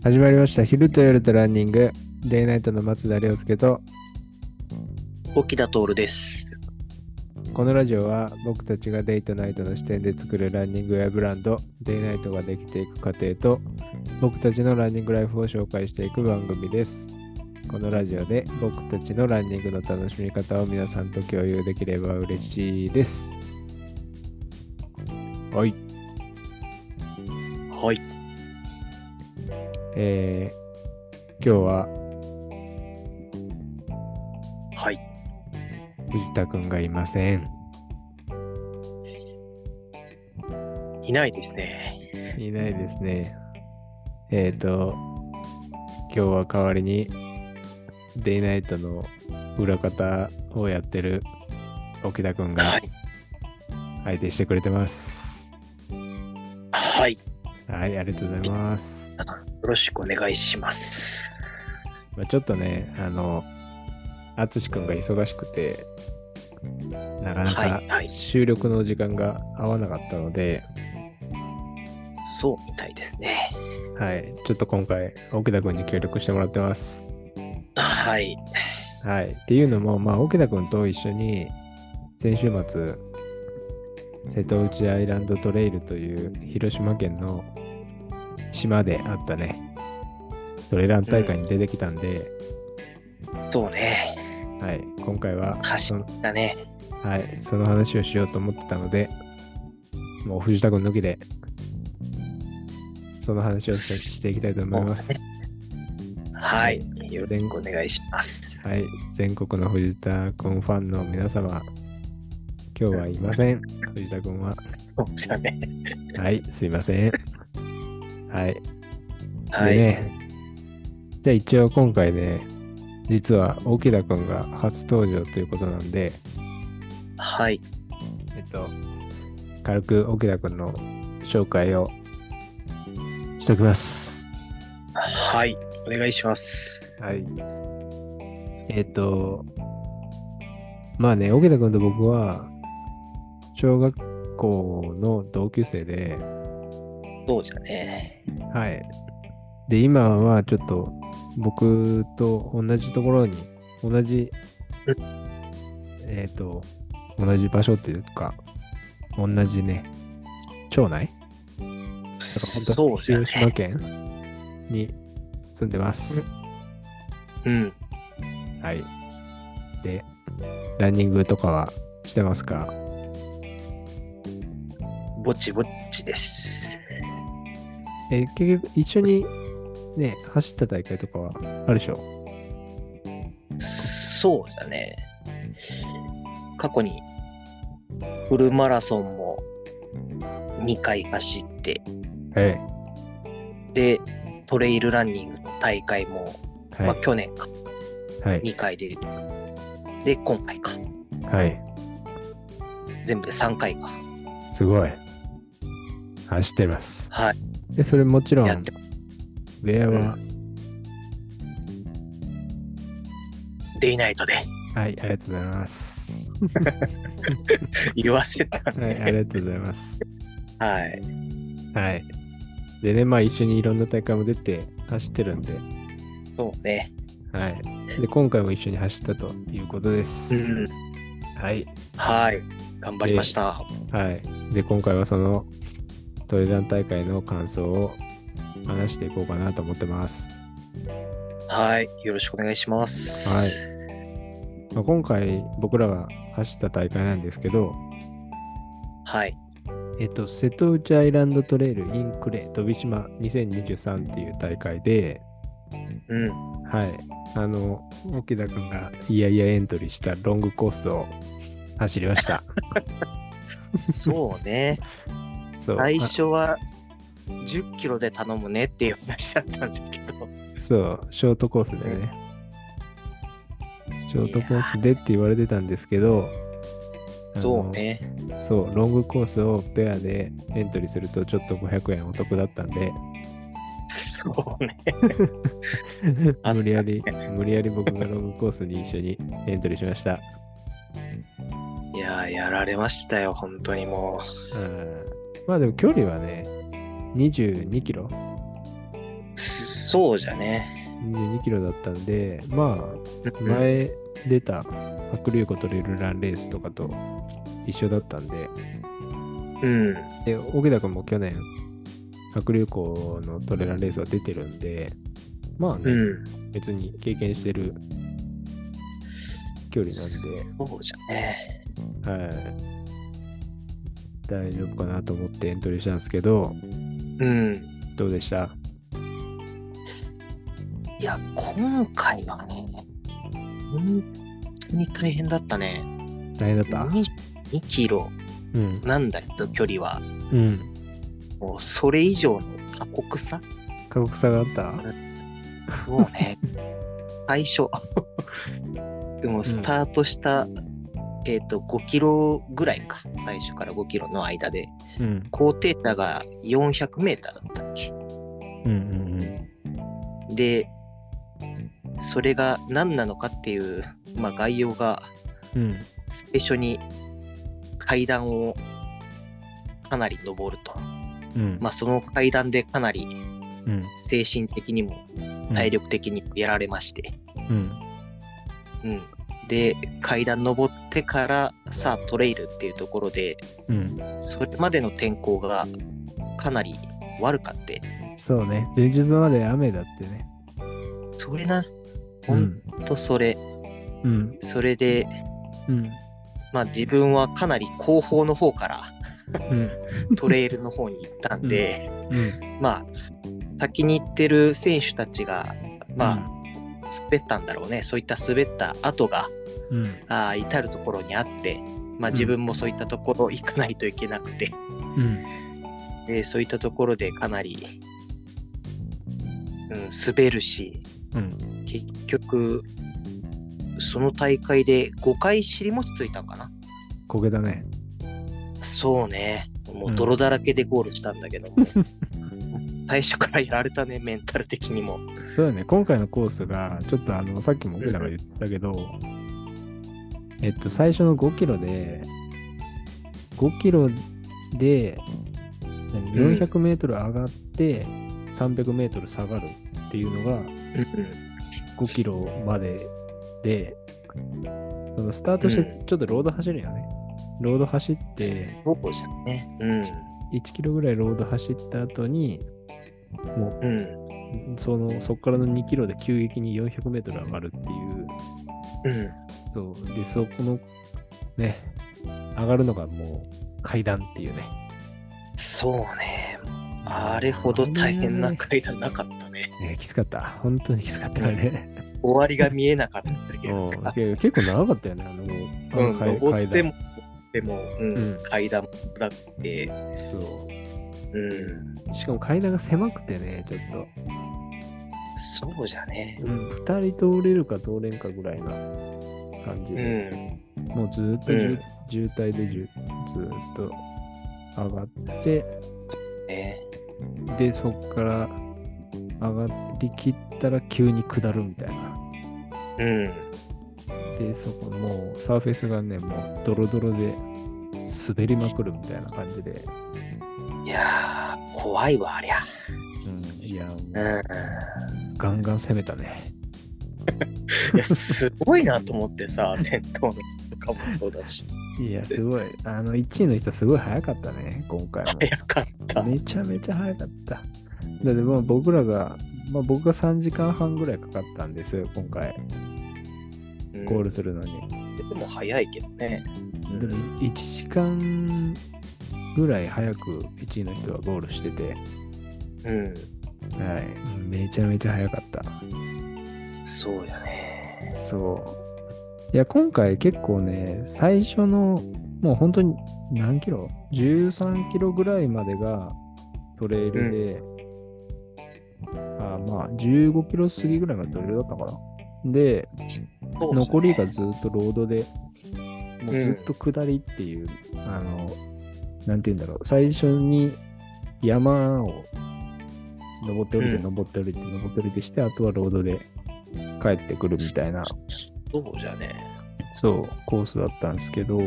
始まりました。昼と夜とランニング。デイナイトの松田亮介と、 沖田徹です。 このラジオは僕たちがデイとナイトの視点で作るランニングウェアブランド、デイナイトができていく過程と、僕たちのランニングライフを紹介していく番組です。このラジオで僕たちのランニングの楽しみ方を皆さんと共有できれば嬉しいです。はい。 はい。 今日ははい。 藤田くんがいません。 いないですね。 いないですね。今日は代わりにデイナイトの裏方をやってる沖田くんがはい。 相手してくれてます。 はい。 はい、ありがとうございます。 皆さん、よろしくお願いします。 ちょっとね、淳くんが忙しくて、なかなはい。 かはい。 収録の時間が合わなかったので、 そうみたいですね。 はい、ちょっと今回、沖田くんに協力してもらってます。 はい。 はい、っていうのも、沖田くんと一緒に、先週末、瀬戸内アイランドトレイルという広島県の島であったね、トレラン大会に出てきたんで、 そうね。 はい、今回は走ったね。 はい、その話をしようと思ってたので、もう藤田君抜きで、その話をしていきたいと思います。 はい。 はい、 よろしくお願いします。 はい、全国の藤田君ファンの皆様、今日はいません。藤田君は。 そうじゃね。 はい、すいません。はい。 はい。 でね、じゃあ一応今回ね、実は沖田君が初登場ということなんで、 はい。 軽く沖田君の紹介をしておきます。 はい。お願いします。 はい。まあね、沖田君と僕は、小学校の同級生で、 そうじゃね。 はい。で、今はちょっと僕と同じところに、同じ、同じ場所っていうか、同じね、町内だから本当そうじゃ広島ね。 県に住んでます。 うん。 はい。で、ランニングとかはしてますか？ ぼちぼちです。 結局一緒にね、走った大会とかはあるでしょ？ そうじゃね。過去にフルマラソンも2回走って、 はい。 で、トレイルランニングの大会も、 はい。 去年か、 はい。 2回出て、で、今回か、 はい。 全部で3回か。 すごい。走ってます。 はい。 で、それもちろん、 やってウェアは、 デイナイトではい、ありがとうございます。 言わせたはい、ありね。 がとうございます。 はい。 はい。でね、一緒にいろんな大会も出て走ってるんで、 そうね。 はい。で、今回も一緒に走ったということでうす。 ん。 はい。 はい。頑張りましで、 た。 はい。で、今回はそのトレラン大会の感想を話していこうかなと思ってます。 はい。よろしくお願いします。 はい。今回僕らが走った大会なんですけど、 はい。 瀬戸内アイランドトレイルインクレ飛島2023っていう大会で、 うん。 はい。沖田くんがいやいやエントリーしたロングコースを走りました。 そうね。 そう。 最初は10キロで頼むねっていう話だったんだけど。 そう、ショートコースでね。ショートコースでって言われてたんですけど、 そうね。 そう、ロングコースをペアでエントリーするとちょっと500円お得だったんで、 そうね。 無理やり僕がロングコースに一緒にエントリーしました。 いやー、やられましたよ、本当にもでも距離はね、22キロ。 そうじゃね。 22キロだったんで、まあ、前出た白竜湖トレイルランレースとかと一緒だったんで、 うん。 で、沖田君も去年、白竜湖のトレイルランレースは出てるんで、まあね、別に経験してる距離なんで、 そうじゃね。 はい。大丈夫かなと思ってエントリーしたんですけど、どうでした？ いや、今回はね、本当に大変だったね。 大変だった？ 2 キロなんだけど、距離は。もうそれ以上の過酷さがあった？ もうね、最初。でもスタートした、5キロぐらいか。最初から5キロの間で。高低差が400メーターだったっけ。で、それが何なのかっていう、まあ、概要が、最初に階段をかなり登ると。まあ、その階段でかなり精神的にも体力的にもやられまして。で、階段登ってからさあトレイルっていうところで、それまでの天候がかなり悪かって。 そうね、前日まで雨だってね。 それな、ほんとそれ。それで、まあ自分はかなり後方の方からトレイルの方に行ったんで、まあ先に行ってる選手たちがまあ滑ったんだろうね。そういった滑った跡が、至るところにあって、まあ自分もそういったところ行かないといけなくて、でそういったところでかなり、滑るし、結局その大会で5回尻餅ついたんかな。 こけだね。 そうね。もう泥だらけでゴールしたんだけども、最初からやられたね、メンタル的にも。 そうよね。今回のコースがちょっとさっきも奥田が言ったけど、最初の5キロで400メートル上がって300メートル下がるっていうのが5キロまでで、そのスタートしてちょっとロード走るよね。ロード走って、 そうじゃね。 1キロぐらいロード走った後に、もう、そっからの2キロで急激に400メートル上がるっていう、そう。で、そこの、ね、上がるのがもう階段っていうね。 そうね。あれほど大変な階段なかったね。 きつかった。本当にきつかったね。 終わりが見えなかったけど。 結構長かったよね、 登っても、階段だって。 そう。しかも階段が狭くてね、ちょっと。 そうじゃね。 2人通れるか通れんかぐらいな感じで。もうずっと渋滞でずっと上がって、で、そっから上がりきったら急に下るみたいな。で、そこもうサーフェスがね、もうドロドロで滑りまくるみたいな感じで。 いやー、怖いわ、ありゃ。 いや、ガンガン攻めたね。 いや、すごいなと思ってさ、先頭の人とかもそうだし。 いや、すごい。1位の人すごい早かったね、今回も。 早かった。 めちゃめちゃ早かった。だってもう僕が3時間半ぐらいかかったんですよ、今回。ゴールするのに。 でも早いけどね。 でも1時間ぐらい早く1位の人はゴールしてて。はい。めちゃめちゃ早かった。 そうやね。 そう。いや、今回結構ね、最初の、もう本当に何キロ ?13 キロぐらいまでがトレイルで、まあ15キロ過ぎぐらいまでトレイルだったかな。で、残りがずっとロードで、もうずっと下りっていう、なんて言うんだろう、最初に山を登って降りて、登って降りて、登って降りてして、あとはロードで帰ってくるみたいな、 そうじゃね。 そう、コースだったんですけど、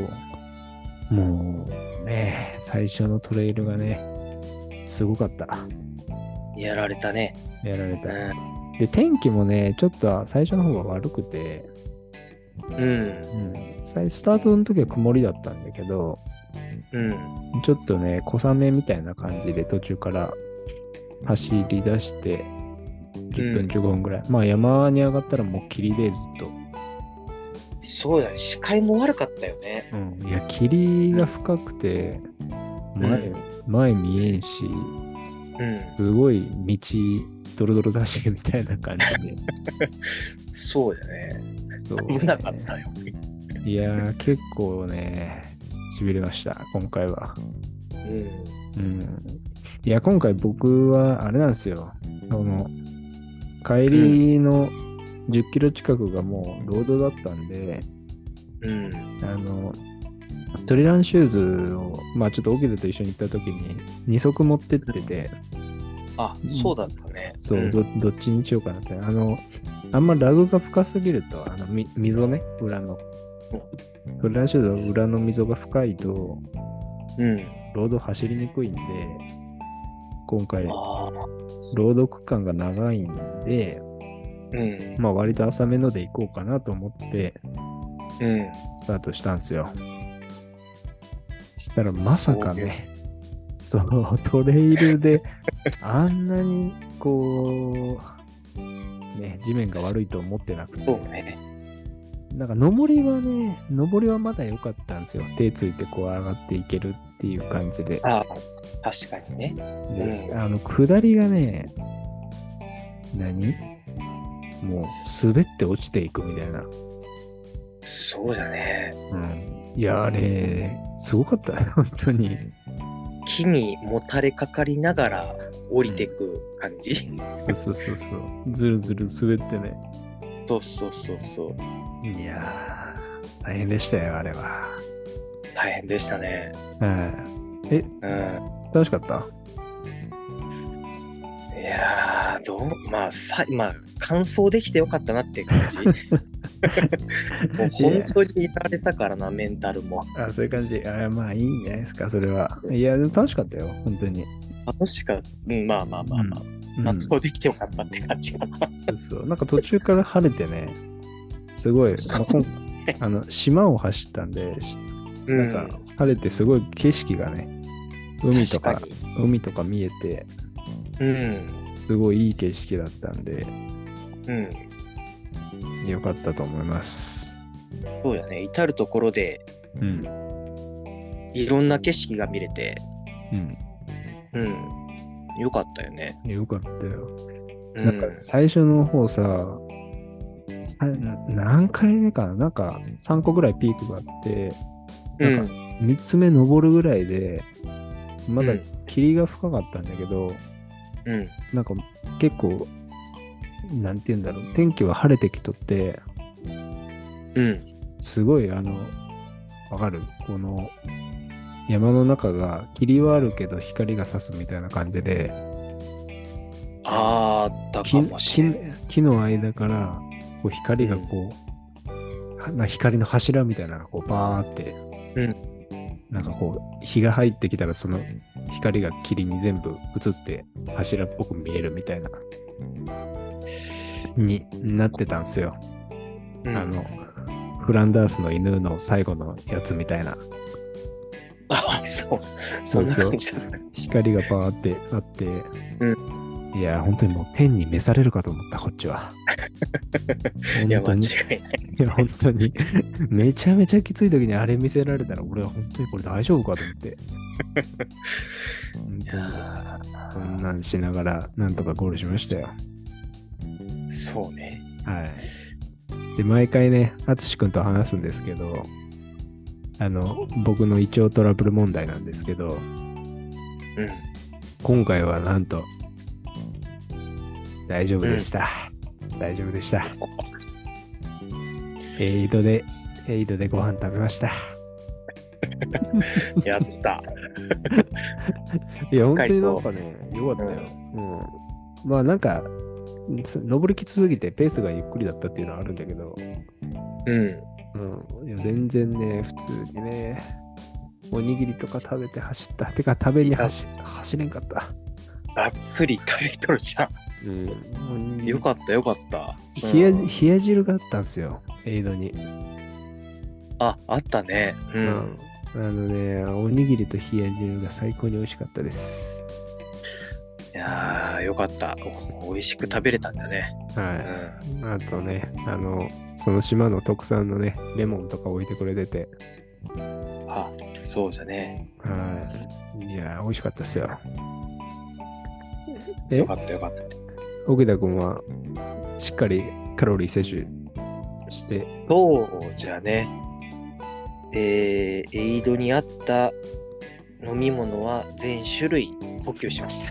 もうね、最初のトレイルがね、すごかった。 やられたね。 やられた。で、天気もね、ちょっと最初の方が悪くて、スタートの時は曇りだったんだけど、ちょっとね、小雨みたいな感じで途中から走り出して、10分15分ぐらい。まあ山に上がったらもう霧でずっと。 そうだね、視界も悪かったよね。 いや、霧が深くて、前見えんし、すごい道、ドロドロだしみたいな感じで。 そうだね。 そう危なかったよ。 いやー、結構ね、痺れました、今回は。いや、今回僕は、あれなんですよ。帰りの10キロ近くがもうロードだったんで、トレランシューズを、まあちょっとオケルと一緒に行った時に2足持ってってて、 あ、そうだったね。 そう、どっちにしようかなって。あんまラグが深すぎると、溝ね、裏の。トレランシューズの裏の溝が深いと、ロード走りにくいんで、今回、ロード区間が長いんで、まあ割と浅めので行こうかなと思って、スタートしたんですよ。したらまさかね、トレイルであんなにこう、ね、地面が悪いと思ってなくて、なんか上りはまだ良かったんですよ。手ついてこう上がっていけるっていう感じで。 ああ、確かにね。 で、下りがね、もう滑って落ちていくみたいな。 そうだね。 いや、あれ、すごかったね、本当に。 木にもたれかかりながら降りていく感じ。 そう。ずるずる滑ってね。 そう。 いやー、大変でしたよ、あれは。 大変でしたね。 楽しかった？ いやー、まあ、完走できてよかったなっていう感じ。もう本当にいられたからな、メンタルも。 そういう感じ。まあいいんじゃないですか、それは。いや、でも楽しかったよ、本当に。 楽しかった。まあ。完走できてよかったって感じかな。 そう。なんか途中から晴れてね、すごい、島を走ったんで、なんか晴れてすごい景色がね、海とか見えて、すごいいい景色だったんで、よかったと思います。 そうやね、至るところで、いろんな景色が見れて、よかったよね。 よかったよ。なんか最初の方さ、何回目かな、なんか3個ぐらいピークがあって、なんか3つ目登るぐらいで、まだ霧が深かったんだけど、なんか結構、なんて言うんだろう、天気は晴れてきとって、すごいわかる？この山の中が霧はあるけど光が差すみたいな感じで、 だかもしれない。 木の間からこう光がこう、光の柱みたいなのがこうバーって、なんかこう日が入ってきたらその光が霧に全部映って柱っぽく見えるみたいなになってたんですよ。フランダースの犬の最後のやつみたいな。 そんな感じだ。 光がバーってあって、いや本当にもう天に召されるかと思った、こっちは。 いや間違いない。 いや本当にめちゃめちゃきつい時にあれ見せられたら俺は本当にこれ大丈夫かと思って。本当にそんなんしながらなんとかゴールしましたよ。 そうね。 はい。で毎回ね、淳くんと話すんですけど、僕の胃腸トラブル問題なんですけど、今回はなんと大丈夫でした。大丈夫でした。エイドでご飯食べました。 やった。 いや、本当になんかね、よかったよ。まあなんか、登りきつすぎてペースがゆっくりだったっていうのはあるんだけど、いや全然ね、普通にね、おにぎりとか食べて走った。てか、食べに走れんかった。 がっつり食べとるじゃん。よかったよかった。 冷や汁があったんですよ、エイドに。 あったね。 おにぎりと冷や汁が最高に美味しかったです。 いやー、よかった。美味しく食べれたんだね。 はい。あとね、その島の特産のね、レモンとか置いてくれてて。 あ、そうじゃね。 はい。いやー、美味しかったですよ。 よかったよかった。 奥田君は、しっかりカロリー摂取して。 そうじゃね。エイドにあった飲み物は全種類補給しました。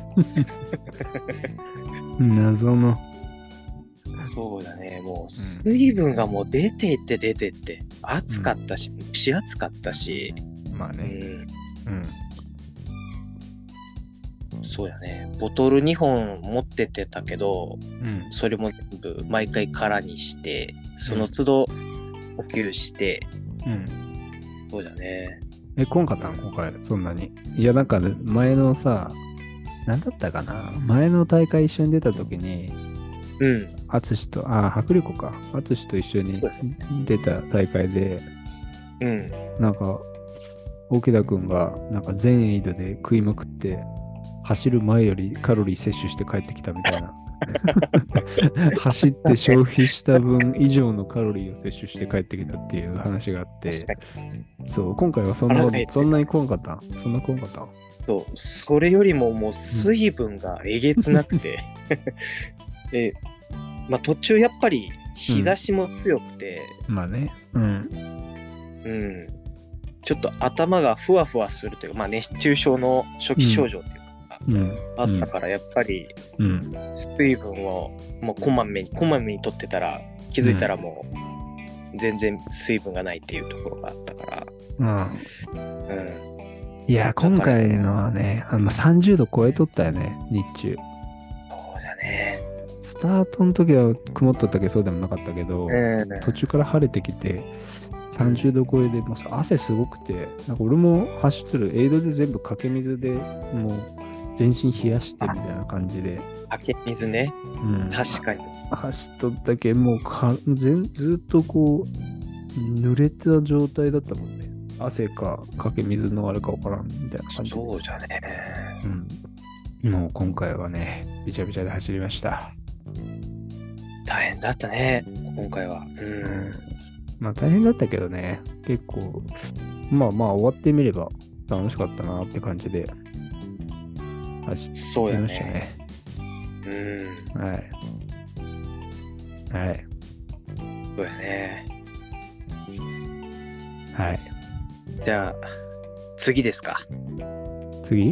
謎の。 そうだね、もう水分がもう出てって暑かったし、蒸し暑かったし。 まあね。 そうやね。ボトル2本持ってってたけど、それも全部毎回空にして、その都度補給して、そうだね。 来んかったの今回、そんなに。いや、なんかね、前のさ、なんだったかな、前の大会一緒に出た時に、淳と、薄力か。淳と一緒に出た大会で、なんか、沖田くんが、なんか全エイドで食いまくって、走る前よりカロリー摂取して帰ってきたみたいな。走って消費した分以上のカロリーを摂取して帰ってきたっていう話があって、そう、今回はそんなに来んかった。そんな来んかった。 そう、それよりももう水分がえげつなくて、まあ途中やっぱり日差しも強くて、 まあね、 ちょっと頭がふわふわするというか、まあ熱中症の初期症状っていうか、あったからやっぱり水分をもうこまめに取ってたら気づいたらもう全然水分がないっていうところがあったから、 いや今回のはね、30度超えとったよね、日中。 そうじゃね。 スタートの時は曇っとったけどそうでもなかったけど、途中から晴れてきて30度超えでもう汗すごくて、なんか俺も走ってるエイドで全部かけ水でもう全身冷やしてみたいな感じで。 かけ水ね。確かに。 走っとったけもうずっとこう濡れた状態だったもんね。汗かかけ水のあれかわからんみたいな感じで。 そうじゃね。 もう今回はね、びちゃびちゃで走りました。 大変だったね、今回は。 まあ大変だったけどね、結構、まあ終わってみれば楽しかったなって感じで走りましたね。はい。 そうやね。 はい。 じゃあ、次ですか。 次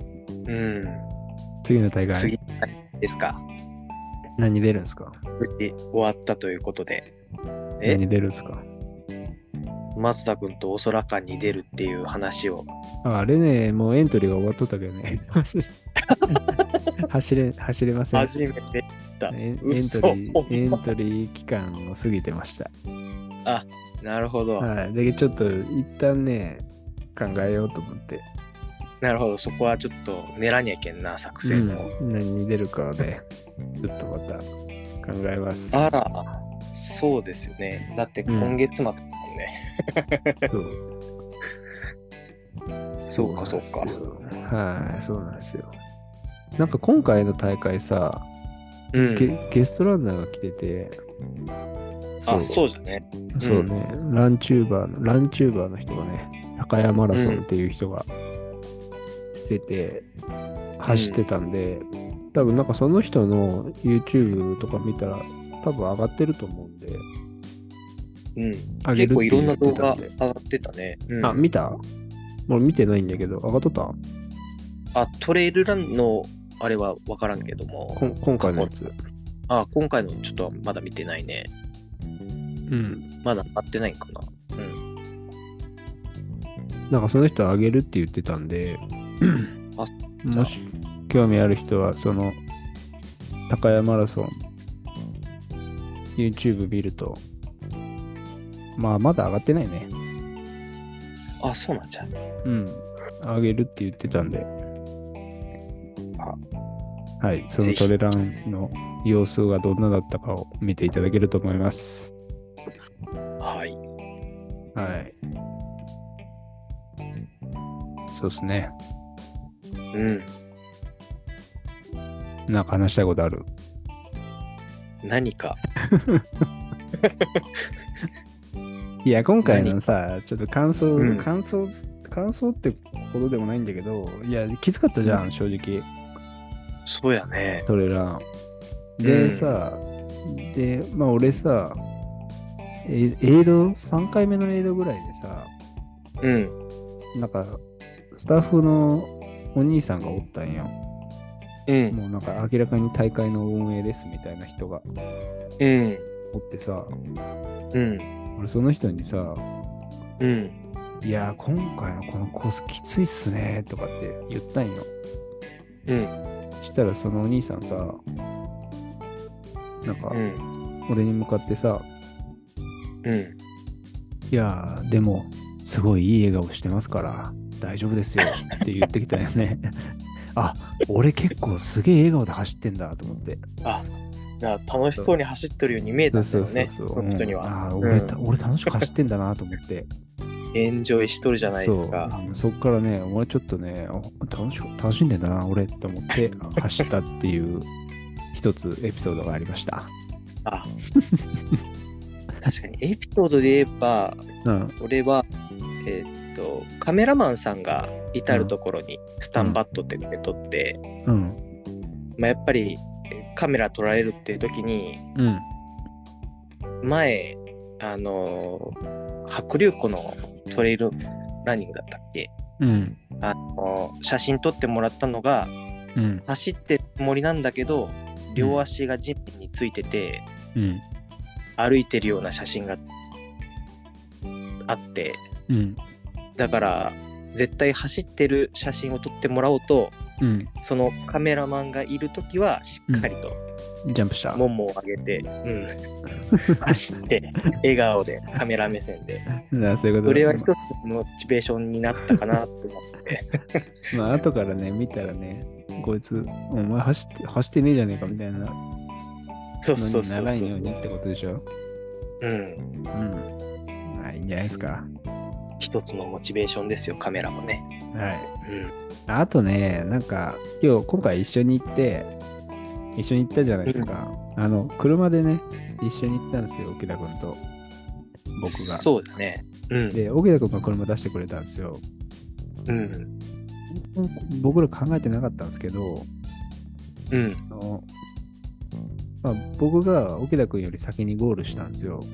の大会。 次ですか。 何出るんですか？ 無事終わったということで。 何出るんですか？ 松田君とおそらかに出るっていう話を。 あれね、もうエントリーが終わっとったけどね。走れません。 初めてだ。 エントリー期間を過ぎてました。 あ、なるほど。 はい。で、ちょっと一旦ね、考えようと思って。 なるほど。そこはちょっと練らにゃいけんな、作戦を。 何に出るかで、ちょっとまた考えます。 あら、そうですよね。だって今月末だもんね。 そう。 そうか。 はい、そうなんですよ。なんか今回の大会さ、ゲストランナーが来てて、 そうじゃね。 そうね、ランチューバーの人がね、高山マラソンっていう人が出て、走ってたんで、多分なんかその人の YouTube とか見たら、多分上がってると思うんで、 結構いろんな動画上がってたね。 あ、見た？俺見てないんだけど、上がっとった？ トレイルランのあれは分からんけども。 今回のやつ。 今回のちょっとまだ見てないね。まだ上がってないんかな。 なんかその人上げるって言ってたんで、もし興味ある人は、その、高山マラソン、YouTube 見ると、まだ上がってないね。 そうなんじゃ。 上げるって言ってたんで。 はい、そのトレランの様子がどんなだったかを見ていただけると思います。 はい。 はい。そうですね。 うん。 なんか話したいことある？ 何か。 いや、今回のさ、ちょっと感想ってことでもないんだけど、いや、きつかったじゃん、正直。 そうやね。 トレラン。で、さ、で、まあ俺さ、3回目のエイドぐらいでさ、なんか、スタッフのお兄さんがおったんよ。もうなんか明らかに大会の運営ですみたいな人が、おってさ、俺その人にさ、いや、今回のこのコースきついっすねとかって言ったんよ。したらそのお兄さんさ、なんか、俺に向かってさ、いやでもすごいいい笑顔してますから大丈夫ですよって言ってきたよね。あ、俺結構すげえ笑顔で走ってんだと思って。 楽しそうに走ってるように見えたんだよね、その人には。 俺楽しく走ってんだなと思って。 エンジョイしとるじゃないですか。 そっからね、俺ちょっとね、楽しんでんだな、俺って思って走ったっていう一つエピソードがありました。 確かにエピソードで言えば、俺は、カメラマンさんが至るところにスタンバットって撮って、やっぱりカメラ撮られるっていう時に、前白竜湖のトレイルランニングだったっけ、写真撮ってもらったのが、走ってるつもりなんだけど両足が地面についてて、歩いてるような写真があって、だから絶対走ってる写真を撮ってもらおうと、そのカメラマンがいるときはしっかりとジャンプしたももを上げて、走って笑顔でカメラ目線でそれは一つのモチベーションになったかなと思ってまあ後からね見たらね、こいつお前走ってねえじゃねえかみたいなのにならんようにってことでしょ。まあいいんじゃないですか。 一つのモチベーションですよ、カメラもね。 はい。あとね、なんか今回一緒に行ったじゃないですか。車でね、一緒に行ったんですよ、沖田君と僕が。 そうだね。 で、沖田君が車出してくれたんですよ。僕ら考えてなかったんですけど、僕が沖田君より先にゴールしたんですよ。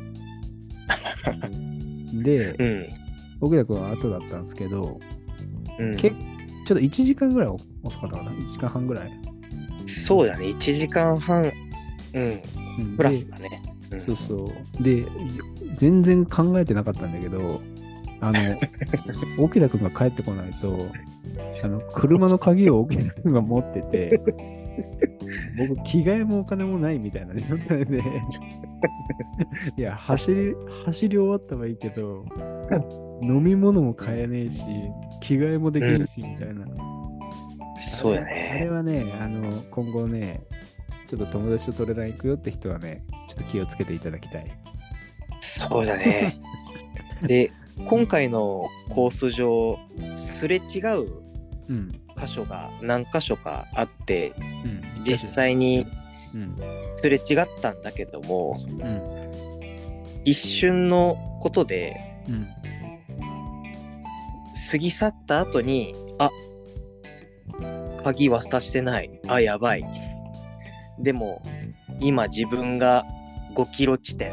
で、沖田君は後だったんですけど、ちょっと1時間ぐらい遅かったかな、1時間半ぐらい。 そうだね、1時間半、プラスだね。 そうそう。で、全然考えてなかったんだけど、沖田君が帰ってこないと、車の鍵を沖田君が持ってて、僕、着替えもお金もないみたいな状態で、いや、走り終わったはいいけど、飲み物も買えねえし、着替えもできるし、みたいな。 そうやね。 あれはね、今後ね、ちょっと友達とトレラン行くよって人はね、ちょっと気をつけていただきたい。 そうだね。で、今回のコース上、すれ違う箇所が何箇所かあって、実際にすれ違ったんだけども、一瞬のことで、過ぎ去った後に、鍵渡してない。やばい。でも、今自分が5キロ地点。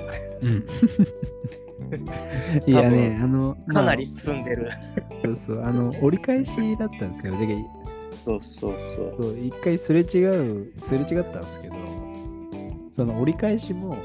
いやね、 かなり進んでる。 そうそう、折り返しだったんですよ。 そう。 一回すれ違ったんですけど、その折り返しも、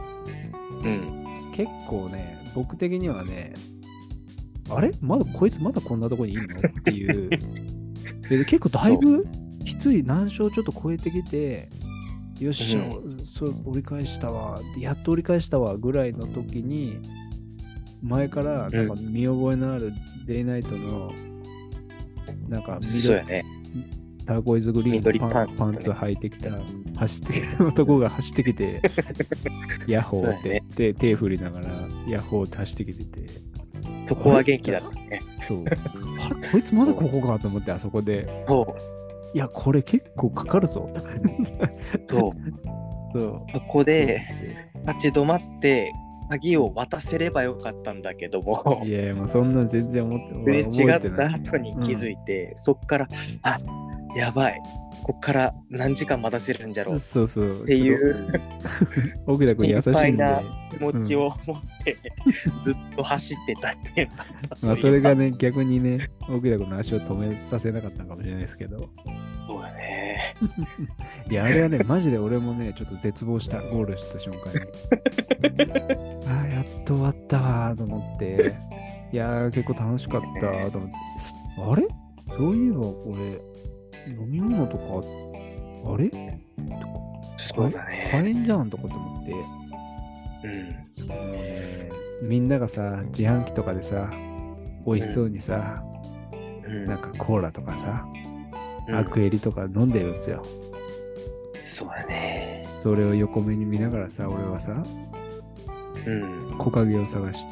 結構ね、僕的にはね、あれこいつまだこんなとこにいるのっていう。で結構だいぶきつい難所をちょっと超えてきて、よっしゃ、折り返したわ、やっと折り返したわぐらいの時に、前からなんか見覚えのあるデイナイトのなんかターコイズグリーン緑のパンツ履いてきた、走ってきた男が走ってきて、ヤッホーって言って、手振りながら、ヤッホーって走ってきてて。 そこは元気だったね。 そう。あれ、こいつまだここかと思って、あそこで。 そう。 いや、これ結構かかるぞ。 そう。 そう。 そこで立ち止まって鍵を渡せればよかったんだけども。 いや、もうそんな全然思ってすれ違った後に気づいて、そっから、あ、やばい。こっから何時間待たせるんじゃろうそうそうっていう奥田君優しいんで心配な気持ちを持ってずっと走ってたね。 まあそれがね、逆にね、奥田君の足を止めさせなかったかもしれないですけど。 そうだね。 いや、あれはね、マジで俺もね、ちょっと絶望した、ゴールした瞬間に。ああ、やっと終わったわと思って、いやー、結構楽しかったと思って、あれそういえばこれ、飲み物とか、あれそうだね。 買えんじゃんとかと思って。もうね、みんながさ、自販機とかでさ、美味しそうにさ、なんかコーラとかさ、アクエリとか飲んでるんですよ。 そうだね。 それを横目に見ながらさ、俺はさ、木陰を探して、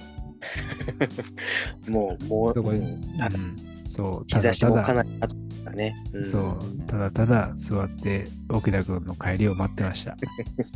もう、 そこに、そう、 日差しもかなりあったね。 そう、ただただ座って奥田君の帰りを待ってました。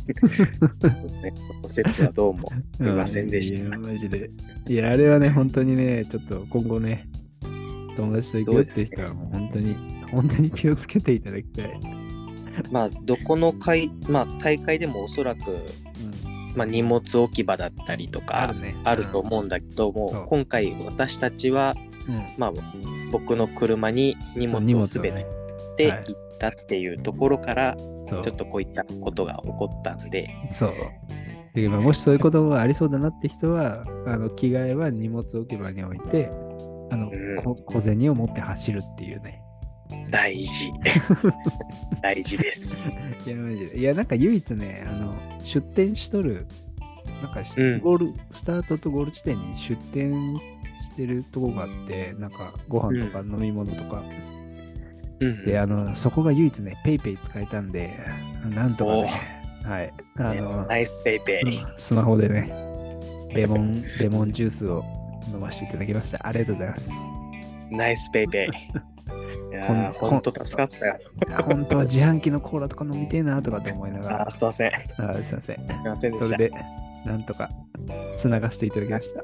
おせつはどうもすみませんでした。 いや、マジで。いや、あれはね、本当にね、ちょっと今後ね、友達と行くよって人はもう本当に気をつけていただきたい。 まあ、どこの大会でもおそらく、荷物置き場だったりとかあると思うんだけども、今回私たちは、僕の車に荷物をすべて行ったっていうところから、ちょっとこういったことが起こったんで。 そう。でもしそういうことがありそうだなって人は、着替えは荷物置き場に置いて、小銭を持って走るっていうね。 大事。大事です。 いや、マジで。いや、なんか唯一ね、出店しとる、なんか、ゴール、スタートとゴール地点に出店してるとこがあって、なんか、ご飯とか飲み物とか。で、そこが唯一ね、ペイペイ使えたんで、なんとかね、はい。 ナイスペイペイ。 スマホでね、レモンジュースを飲ませていただきました。ありがとうございます。 ナイスペイペイ。いやほんと助かったよ。 本当は自販機のコーラとか飲みてえなとかって思いながら。 すいません。 すいません。 すいませんでした。 それで、なんとか繋がしていただきました。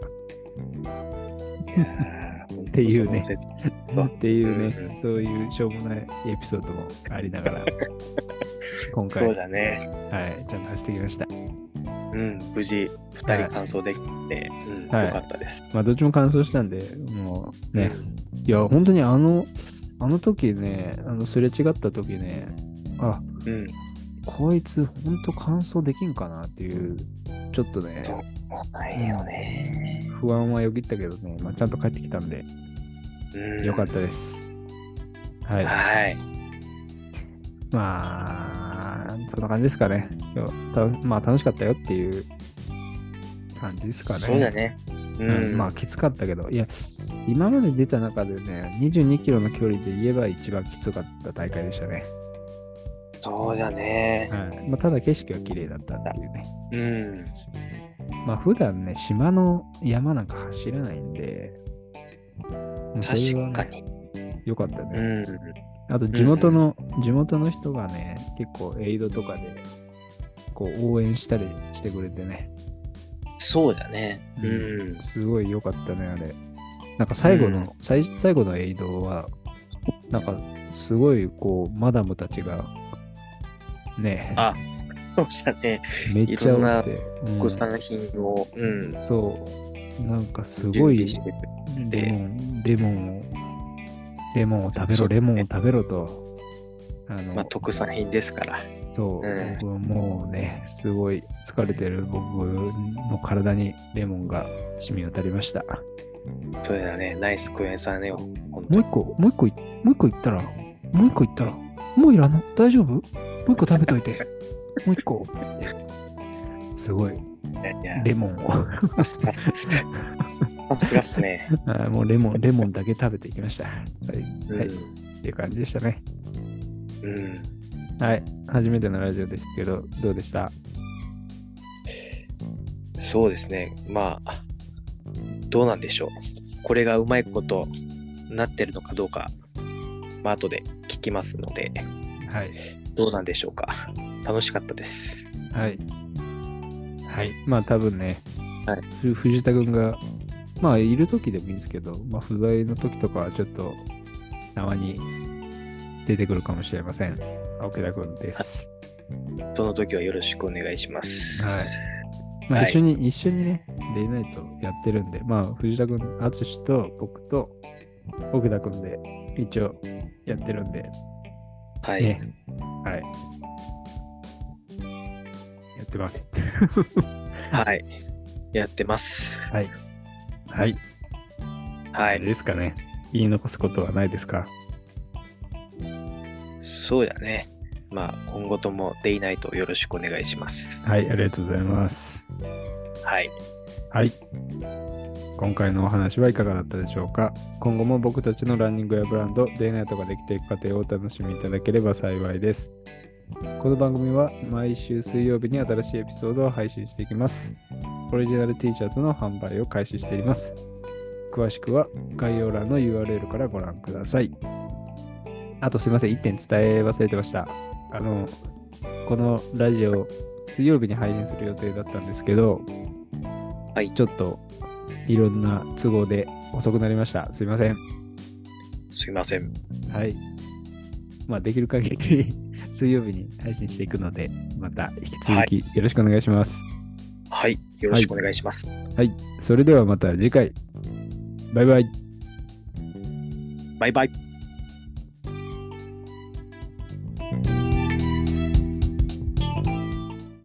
っていうね、そういうしょうもないエピソードもありながら、今回、 そうだね。 はい、ちゃんと走ってきました。 無事2人完走できて、よかったです。 まあ、どっちも完走したんで、もうね、いや、本当にあの時ね、すれ違った時ね、こいつ本当完走できんかなっていう、ちょっとね、 ないよね。 不安はよぎったけどね、まあ、ちゃんと帰ってきたんで、よかったです。はい。まあ、そんな感じですかね。まあ、楽しかったよっていう感じですかね。 そうだね。 まあ、きつかったけど、いや、今まで出た中でね、22キロの距離で言えば一番きつかった大会でしたね。 そうだね。 まあ、ただ景色は綺麗だったっていうね。まあ、普段ね、島の山なんか走らないんで、 確かに。 よかったね。あと地元の人がね、結構エイドとかでこう応援したりしてくれてね。 そうだね。 すごい良かったね、あれ。なんか最後のエイドは、なんかすごいこうマダムたちがね、 そうしたね。 めっちゃ多くて、 国産品を、 そう、なんかすごいレモンを食べろと。 特産品ですから。 そう、僕はもうね、すごい疲れてる僕の体にレモンが染み渡りました。 それだね、ナイスクエン酸ねよ。 もう一個言ったら、もういらんの大丈夫？もう一個食べといて。もう一個。すごい。レモンを。 さすがっすね。 もうレモンだけ食べていきました。はい。 っていう感じでしたね。 うん。 はい。初めてのラジオですけど、どうでした？ そうですね。まあ、どうなんでしょう。これがうまいことなってるのかどうか、まあ後で聞きますので、 はい。 どうなんでしょうか。楽しかったです。 はい。はい。まあ多分ね、 はい、 藤田くんが、まあいる時でもいいんですけど、まあ不在の時とかはちょっと、たまに出てくるかもしれません。奥田くんです。 その時はよろしくお願いします。 はい。まあ一緒にね、デイナイトやってるんで、まあ藤田くん、淳と僕と奥田くんで一応やってるんで、 はい。 ね。はい。やってます。 はい。やってます。 はい。はい。 はい。 ですかね。言い残すことはないですか？ そうだね。まあ、今後ともデイナイトよろしくお願いします。 はい、ありがとうございます。 はい。 はい。今回のお話はいかがだったでしょうか？今後も僕たちのランニングやブランド、デイナイトができていく過程をお楽しみいただければ幸いです。この番組は毎週水曜日に新しいエピソードを配信していきます。オリジナル T シャツの販売を開始しています。詳しくは概要欄の URL からご覧ください。あとすいません、1点伝え忘れてました。このラジオ、水曜日に配信する予定だったんですけど、 はい。 ちょっといろんな都合で遅くなりました。すいません。 すいません。 はい。まあ、できる限り水曜日に配信していくので、また引き続きよろしくお願いします。 はい。よろしくお願いします。 はい。それではまた次回。バイバイ。 バイバイ。